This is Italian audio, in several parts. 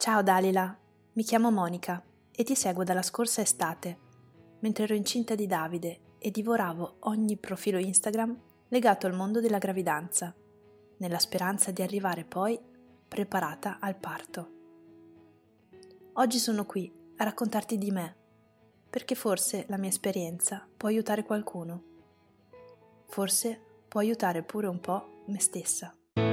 Ciao Dalila, mi chiamo Monica e ti seguo dalla scorsa estate, mentre ero incinta di Davide e divoravo ogni profilo Instagram legato al mondo della gravidanza, nella speranza di arrivare poi preparata al parto. Oggi sono qui a raccontarti di me, perché forse la mia esperienza può aiutare qualcuno. Forse può aiutare pure un po' me stessa.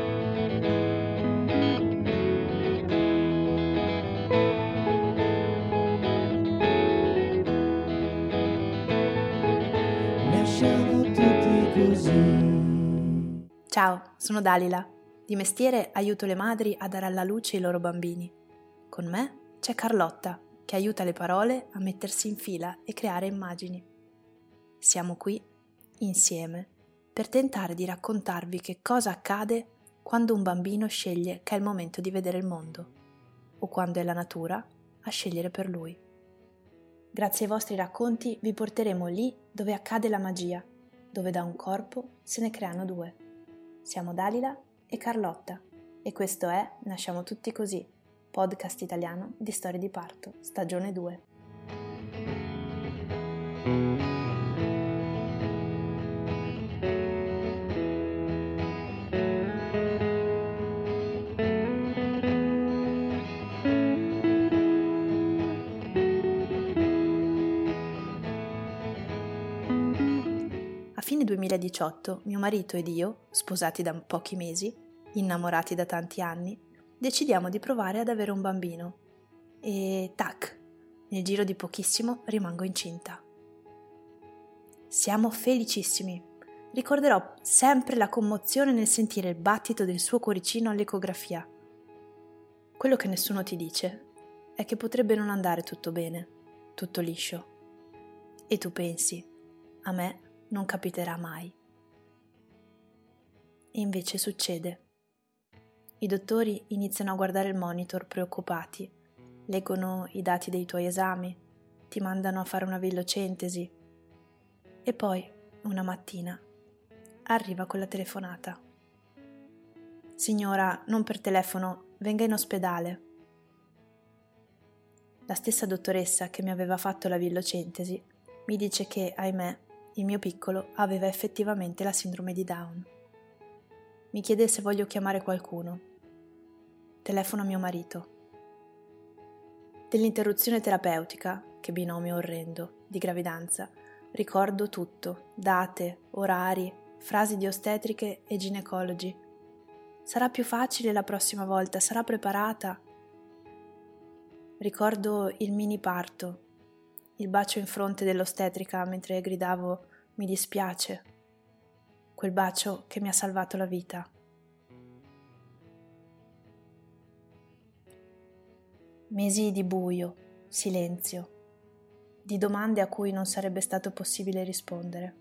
Siamo tutti così. Ciao, sono Dalila. Di mestiere aiuto le madri a dare alla luce i loro bambini. Con me c'è Carlotta, che aiuta le parole a mettersi in fila e creare immagini. Siamo qui, insieme, per tentare di raccontarvi che cosa accade quando un bambino sceglie che è il momento di vedere il mondo, o quando è la natura a scegliere per lui. Grazie ai vostri racconti vi porteremo lì dove accade la magia, dove da un corpo se ne creano due. Siamo Dalila e Carlotta e questo è Nasciamo tutti così, podcast italiano di storie di parto, stagione 2. A fine 2018 mio marito ed io, sposati da pochi mesi, innamorati da tanti anni, decidiamo di provare ad avere un bambino e tac, nel giro di pochissimo rimango incinta. Siamo felicissimi. Ricorderò sempre la commozione nel sentire il battito del suo cuoricino all'ecografia. Quello che nessuno ti dice è che potrebbe non andare tutto bene, tutto liscio. E tu pensi, a me non capiterà mai. E invece succede. I dottori iniziano a guardare il monitor preoccupati, leggono i dati dei tuoi esami, ti mandano a fare una villocentesi e poi, una mattina, arriva quella telefonata. Signora, non per telefono, venga in ospedale. La stessa dottoressa che mi aveva fatto la villocentesi mi dice che, ahimè, il mio piccolo aveva effettivamente la sindrome di Down. Mi chiede se voglio chiamare qualcuno. Telefono a mio marito. Dell'interruzione terapeutica, che binomio orrendo, di gravidanza, ricordo tutto, date, orari, frasi di ostetriche e ginecologi. Sarà più facile la prossima volta, sarà preparata. Ricordo il mini parto, il bacio in fronte dell'ostetrica mentre gridavo «mi dispiace», quel bacio che mi ha salvato la vita. Mesi di buio, silenzio, di domande a cui non sarebbe stato possibile rispondere.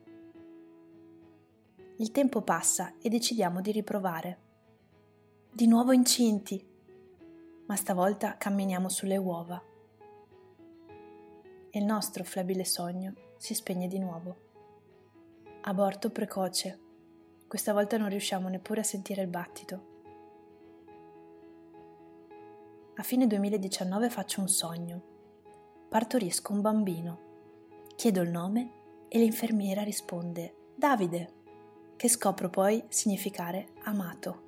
Il tempo passa e decidiamo di riprovare. Di nuovo incinti, ma stavolta camminiamo sulle uova. E il nostro flebile sogno si spegne di nuovo. Aborto precoce. Questa volta non riusciamo neppure a sentire il battito. A fine 2019 faccio un sogno. Partorisco un bambino. Chiedo il nome e l'infermiera risponde Davide, che scopro poi significare amato.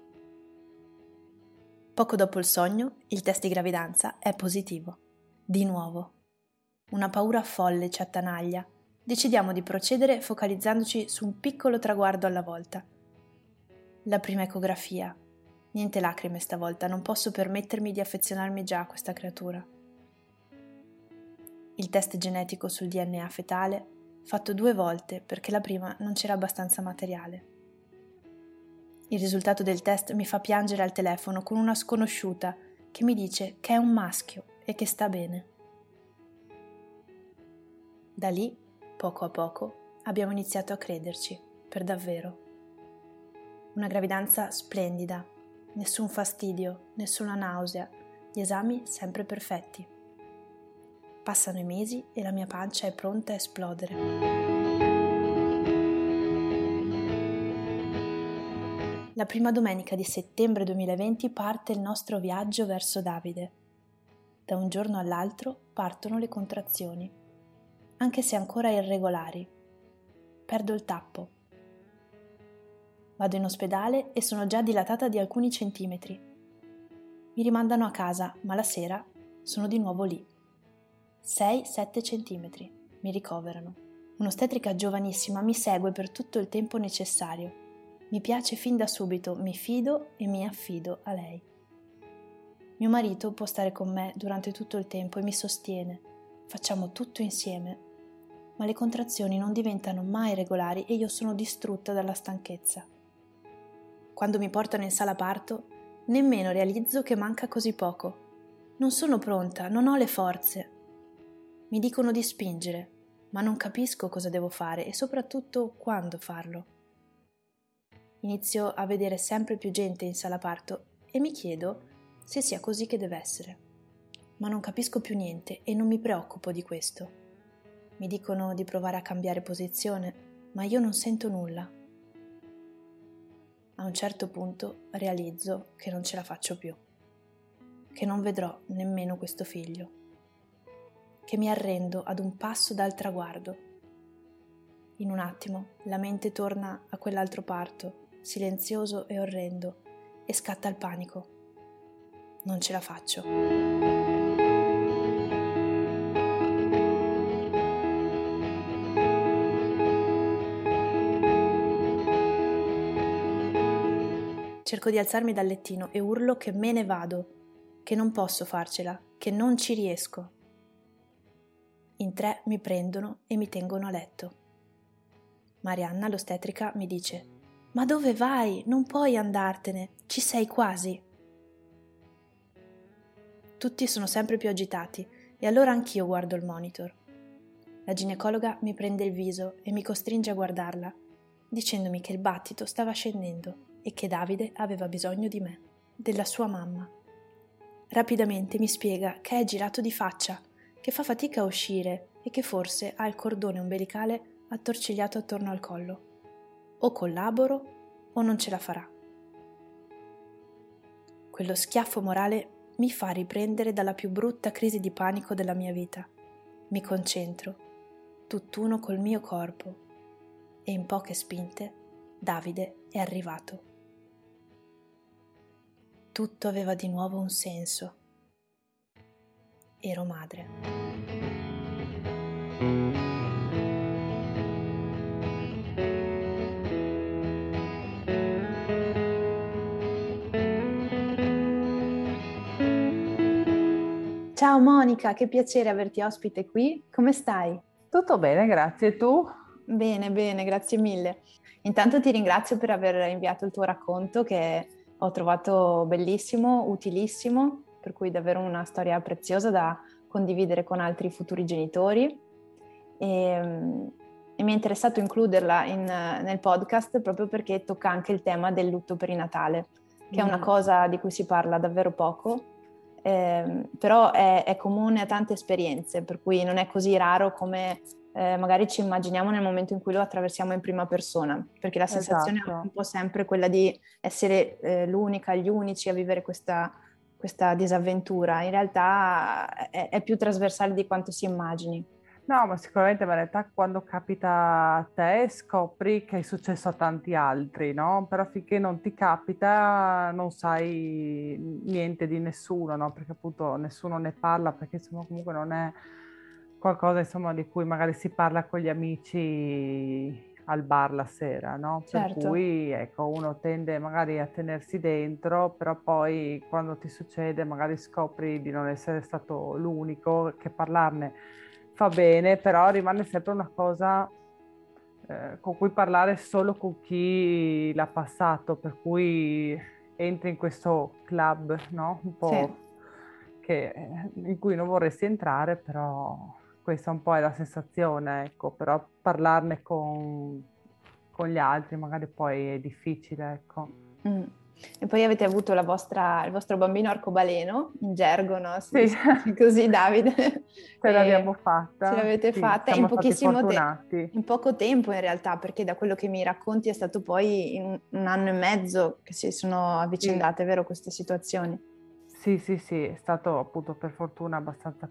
Poco dopo il sogno, il test di gravidanza è positivo. Di nuovo. Una paura folle ci attanaglia. Decidiamo di procedere focalizzandoci su un piccolo traguardo alla volta. La prima ecografia. Niente lacrime stavolta, non posso permettermi di affezionarmi già a questa creatura. Il test genetico sul DNA fetale, fatto 2 volte perché la prima non c'era abbastanza materiale. Il risultato del test mi fa piangere al telefono con una sconosciuta che mi dice che è un maschio e che sta bene. Da lì, poco a poco, abbiamo iniziato a crederci, per davvero. Una gravidanza splendida, nessun fastidio, nessuna nausea, gli esami sempre perfetti. Passano i mesi e la mia pancia è pronta a esplodere. La prima domenica di settembre 2020 parte il nostro viaggio verso Davide. Da un giorno all'altro partono le contrazioni, anche se ancora irregolari. Perdo il tappo. Vado in ospedale e sono già dilatata di alcuni centimetri. Mi rimandano a casa, ma la sera sono di nuovo lì. 6-7 centimetri. Mi ricoverano. Un'ostetrica giovanissima mi segue per tutto il tempo necessario. Mi piace fin da subito, mi fido e mi affido a lei. Mio marito può stare con me durante tutto il tempo e mi sostiene. Facciamo tutto insieme. Ma le contrazioni non diventano mai regolari e io sono distrutta dalla stanchezza. Quando mi portano in sala parto, nemmeno realizzo che manca così poco. Non sono pronta, non ho le forze. Mi dicono di spingere, ma non capisco cosa devo fare e soprattutto quando farlo. Inizio a vedere sempre più gente in sala parto e mi chiedo se sia così che deve essere. Ma non capisco più niente e non mi preoccupo di questo. Mi dicono di provare a cambiare posizione, ma io non sento nulla. A un certo punto realizzo che non ce la faccio più, che non vedrò nemmeno questo figlio, che mi arrendo ad un passo dal traguardo. In un attimo la mente torna a quell'altro parto, silenzioso e orrendo, e scatta il panico. Non ce la faccio. Cerco di alzarmi dal lettino e urlo che me ne vado, che non posso farcela, che non ci riesco. In 3 mi prendono e mi tengono a letto. Marianna, l'ostetrica, mi dice: «Ma dove vai? Non puoi andartene, ci sei quasi». Tutti sono sempre più agitati e allora anch'io guardo il monitor. La ginecologa mi prende il viso e mi costringe a guardarla, dicendomi che il battito stava scendendo e che Davide aveva bisogno di me, della sua mamma. Rapidamente mi spiega che è girato di faccia, che fa fatica a uscire e che forse ha il cordone ombelicale attorcigliato attorno al collo. O collaboro o non ce la farà. Quello schiaffo morale mi fa riprendere dalla più brutta crisi di panico della mia vita. Mi concentro, tutt'uno col mio corpo, e in poche spinte Davide è arrivato. Tutto aveva di nuovo un senso. Ero madre. Ciao Monica, che piacere averti ospite qui. Come stai? Tutto bene, grazie. E tu? Bene, bene, grazie mille. Intanto ti ringrazio per aver inviato il tuo racconto che ho trovato bellissimo, utilissimo, per cui davvero una storia preziosa da condividere con altri futuri genitori. E mi è interessato includerla nel podcast proprio perché tocca anche il tema del lutto perinatale, che è una cosa di cui si parla davvero poco. Però è comune a tante esperienze, per cui non è così raro come magari ci immaginiamo nel momento in cui lo attraversiamo in prima persona, perché la sensazione è un po' sempre quella di essere l'unica, gli unici a vivere questa disavventura. In realtà è più trasversale di quanto si immagini. No, ma sicuramente, ma in realtà quando capita a te scopri che è successo a tanti altri, no? Però finché non ti capita non sai niente di nessuno, no? Perché appunto nessuno ne parla, perché insomma comunque non è qualcosa insomma di cui magari si parla con gli amici al bar la sera, no? Certo. Per cui ecco, uno tende magari a tenersi dentro, però poi quando ti succede magari scopri di non essere stato l'unico, che parlarne fa bene, però rimane sempre una cosa con cui parlare solo con chi l'ha passato, per cui entri in questo club, no? Un po' in cui non vorresti entrare, però questa un po' è la sensazione, ecco, però parlarne con gli altri magari poi è difficile, ecco. E poi avete avuto il vostro bambino arcobaleno, in gergo, no? Sì. Così Davide. Ce l'abbiamo fatta. Ce l'avete sì, fatta siamo in pochissimo tempo. In poco tempo in realtà, perché da quello che mi racconti è stato poi in un anno e mezzo che si sono avvicendate, vero, queste situazioni? Sì, sì, sì, è stato appunto per fortuna abbastanza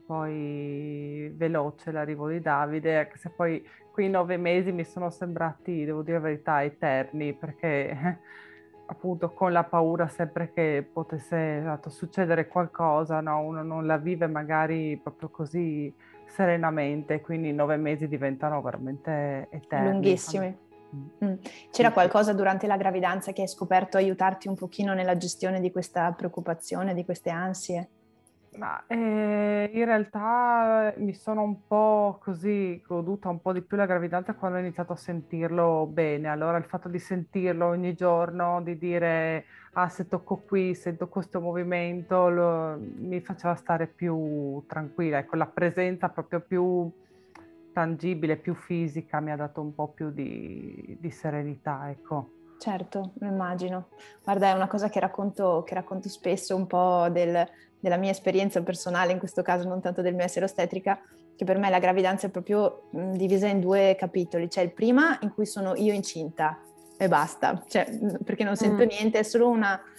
poi veloce l'arrivo di Davide, anche se poi quei 9 mesi mi sono sembrati, devo dire la verità, eterni, perché appunto con la paura sempre che potesse esatto, succedere qualcosa, no? Uno non la vive magari proprio così serenamente, quindi i 9 mesi diventano veramente eterni. Lunghissimi. Mm. C'era Sì, sì. qualcosa durante la gravidanza che hai scoperto aiutarti un pochino nella gestione di questa preoccupazione, di queste ansie? Ma in realtà mi sono un po' così goduta un po' di più la gravidanza quando ho iniziato a sentirlo bene. Allora il fatto di sentirlo ogni giorno, di dire ah se tocco qui, sento questo movimento, mi faceva stare più tranquilla. Ecco, la presenza proprio più tangibile, più fisica mi ha dato un po' più di serenità, ecco. Certo, lo immagino. Guarda, è una cosa che racconto spesso un po' della mia esperienza personale, in questo caso non tanto del mio essere ostetrica, che per me la gravidanza è proprio divisa in due capitoli. C'è il prima in cui sono io incinta e basta, cioè, perché non sento Mm. niente, è solo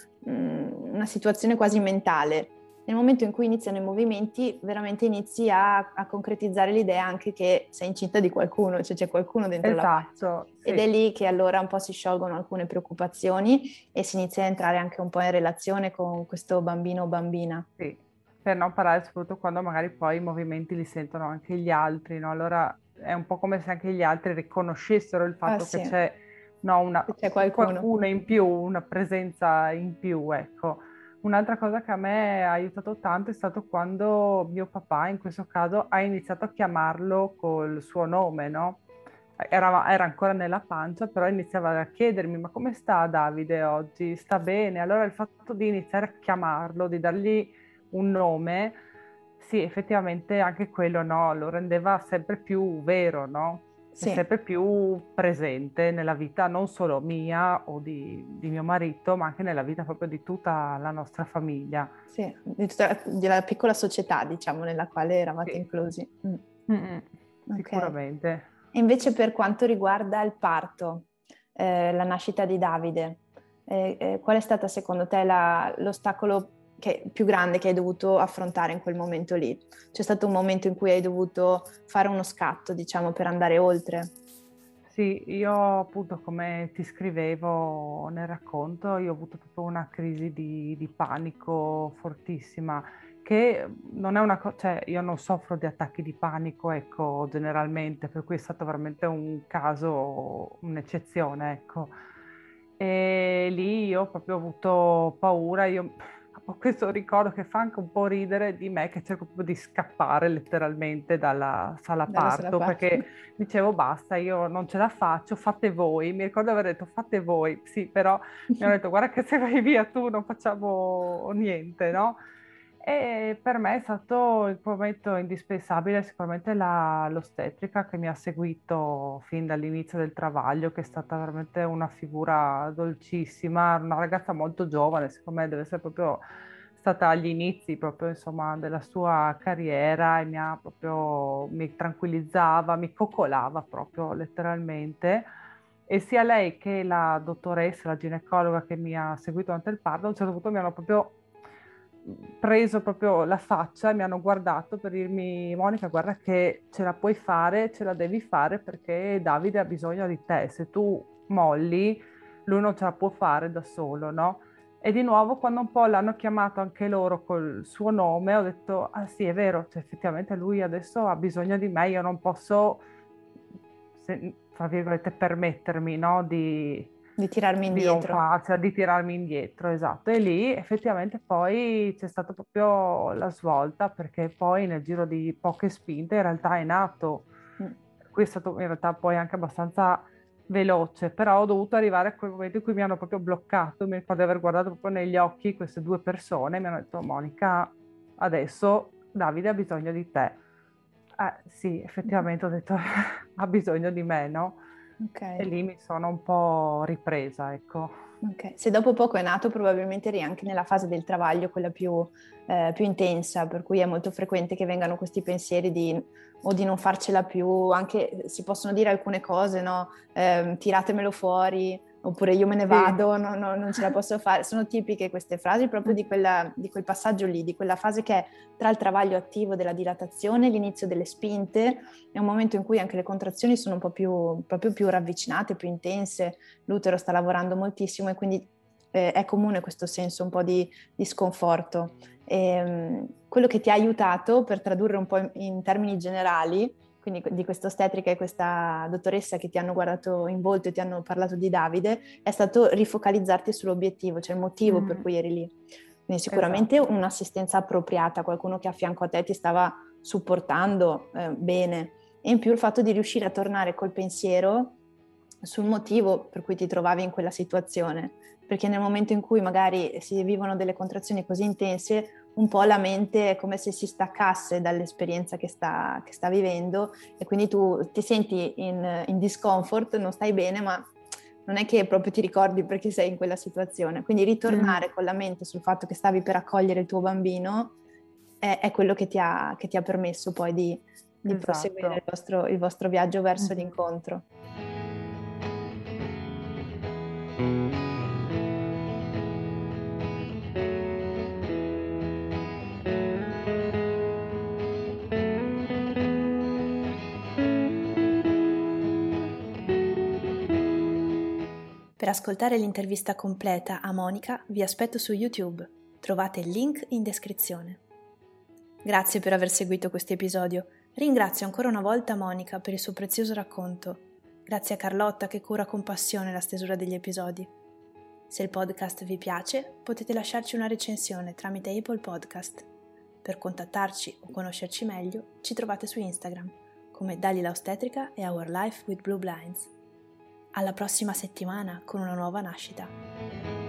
una situazione quasi mentale. Nel momento in cui iniziano i movimenti, veramente inizi a concretizzare l'idea anche che sei incinta di qualcuno, cioè c'è qualcuno dentro la pancia. Esatto, Ed è sì. lì che allora un po' si sciolgono alcune preoccupazioni e si inizia a entrare anche un po' in relazione con questo bambino o bambina. Sì, per non parlare soprattutto quando magari poi i movimenti li sentono anche gli altri, no? Allora è un po' come se anche gli altri riconoscessero il Ah fatto che sì, c'è, no, se c'è qualcuno. qualcuno in più, una presenza in più, ecco. Un'altra cosa che a me ha aiutato tanto è stato quando mio papà, in questo caso, ha iniziato a chiamarlo col suo nome, no? Era ancora nella pancia, però iniziava a chiedermi: ma come sta Davide oggi? Sta bene? Allora il fatto di iniziare a chiamarlo, di dargli un nome, sì, effettivamente anche quello, no, lo rendeva sempre più vero, no? E Sì, sempre più presente nella vita non solo mia o di mio marito, ma anche nella vita proprio di tutta la nostra famiglia. sì, della piccola società, diciamo, nella quale eravate Sì. inclusi. Mm-mm. Ok. E Sicuramente. invece per quanto riguarda il parto, la nascita di Davide, qual è stata secondo te l'ostacolo più grande che hai dovuto affrontare in quel momento lì? C'è stato un momento in cui hai dovuto fare uno scatto, diciamo, per andare oltre? Sì, io appunto come ti scrivevo nel racconto, io ho avuto proprio una crisi di panico fortissima, che non è una cosa, cioè io non soffro di attacchi di panico, ecco, generalmente, per cui è stato veramente un caso, un'eccezione, ecco. E lì io proprio ho avuto paura, io ho questo ricordo che fa anche un po' ridere di me, che cerco proprio di scappare letteralmente dalla sala Dalla sola parto, parte. perché dicevo basta, io non ce la faccio, fate voi. Mi ricordo di aver detto fate voi, sì, però mi hanno detto guarda che se vai via tu non facciamo niente, no? E per me è stato il momento indispensabile sicuramente l'ostetrica che mi ha seguito fin dall'inizio del travaglio, che è stata veramente una figura dolcissima, una ragazza molto giovane, secondo me deve essere proprio stata agli inizi proprio insomma della sua carriera e mi tranquillizzava, mi coccolava proprio letteralmente. E sia lei che la dottoressa, la ginecologa che mi ha seguito durante il parto, a un certo punto mi hanno proprio preso proprio la faccia e mi hanno guardato per dirmi: Monica, guarda che ce la puoi fare, ce la devi fare perché Davide ha bisogno di te. Se tu molli, lui non ce la può fare da solo, no? E di nuovo, quando un po' l'hanno chiamato anche loro col suo nome, ho detto: ah sì, è vero, cioè, effettivamente lui adesso ha bisogno di me, io non posso, tra virgolette, permettermi, no, Di tirarmi di non indietro. farcela, di tirarmi indietro, esatto. E lì effettivamente poi c'è stata proprio la svolta, perché poi nel giro di poche spinte in realtà è nato. Mm. Qui è stato in realtà poi anche abbastanza veloce, però ho dovuto arrivare a quel momento in cui mi hanno proprio bloccato, mi ricordo di aver guardato proprio negli occhi queste due persone e mi hanno detto: Monica, adesso Davide ha bisogno di te. Sì, effettivamente ho detto ha bisogno di me, no? Ok. E lì mi sono un po' ripresa, ecco. Ok, se dopo poco è nato, probabilmente eri anche nella fase del travaglio, quella più intensa, per cui è molto frequente che vengano questi pensieri o di non farcela più, anche si possono dire alcune cose, no? Tiratemelo fuori, oppure io me ne Sì. vado, non ce la posso fare. Sono tipiche queste frasi proprio di quel passaggio lì, di quella fase che è tra il travaglio attivo della dilatazione, l'inizio delle spinte, è un momento in cui anche le contrazioni sono un po' proprio più ravvicinate, più intense, l'utero sta lavorando moltissimo e quindi è comune questo senso un po' di sconforto. Quello che ti ha aiutato, per tradurre un po' in termini generali, quindi di questa ostetrica e questa dottoressa che ti hanno guardato in volto e ti hanno parlato di Davide, è stato rifocalizzarti sull'obiettivo, cioè il motivo per cui eri lì. Quindi sicuramente Esatto. un'assistenza appropriata, qualcuno che a fianco a te ti stava supportando bene, e in più il fatto di riuscire a tornare col pensiero sul motivo per cui ti trovavi in quella situazione, perché nel momento in cui magari si vivono delle contrazioni così intense, un po' la mente è come se si staccasse dall'esperienza che sta vivendo e quindi tu ti senti in discomfort, non stai bene, ma non è che proprio ti ricordi perché sei in quella situazione. Quindi ritornare con la mente sul fatto che stavi per accogliere il tuo bambino è quello che ti ha permesso poi di proseguire il vostro viaggio verso l'incontro. Per ascoltare l'intervista completa a Monica vi aspetto su YouTube, trovate il link in descrizione. Grazie per aver seguito questo episodio, ringrazio ancora una volta Monica per il suo prezioso racconto, grazie a Carlotta che cura con passione la stesura degli episodi. Se il podcast vi piace potete lasciarci una recensione tramite Apple Podcast. Per contattarci o conoscerci meglio ci trovate su Instagram come Dalila Ostetrica e Our Life with Blue Blinds. Alla prossima settimana con una nuova nascita.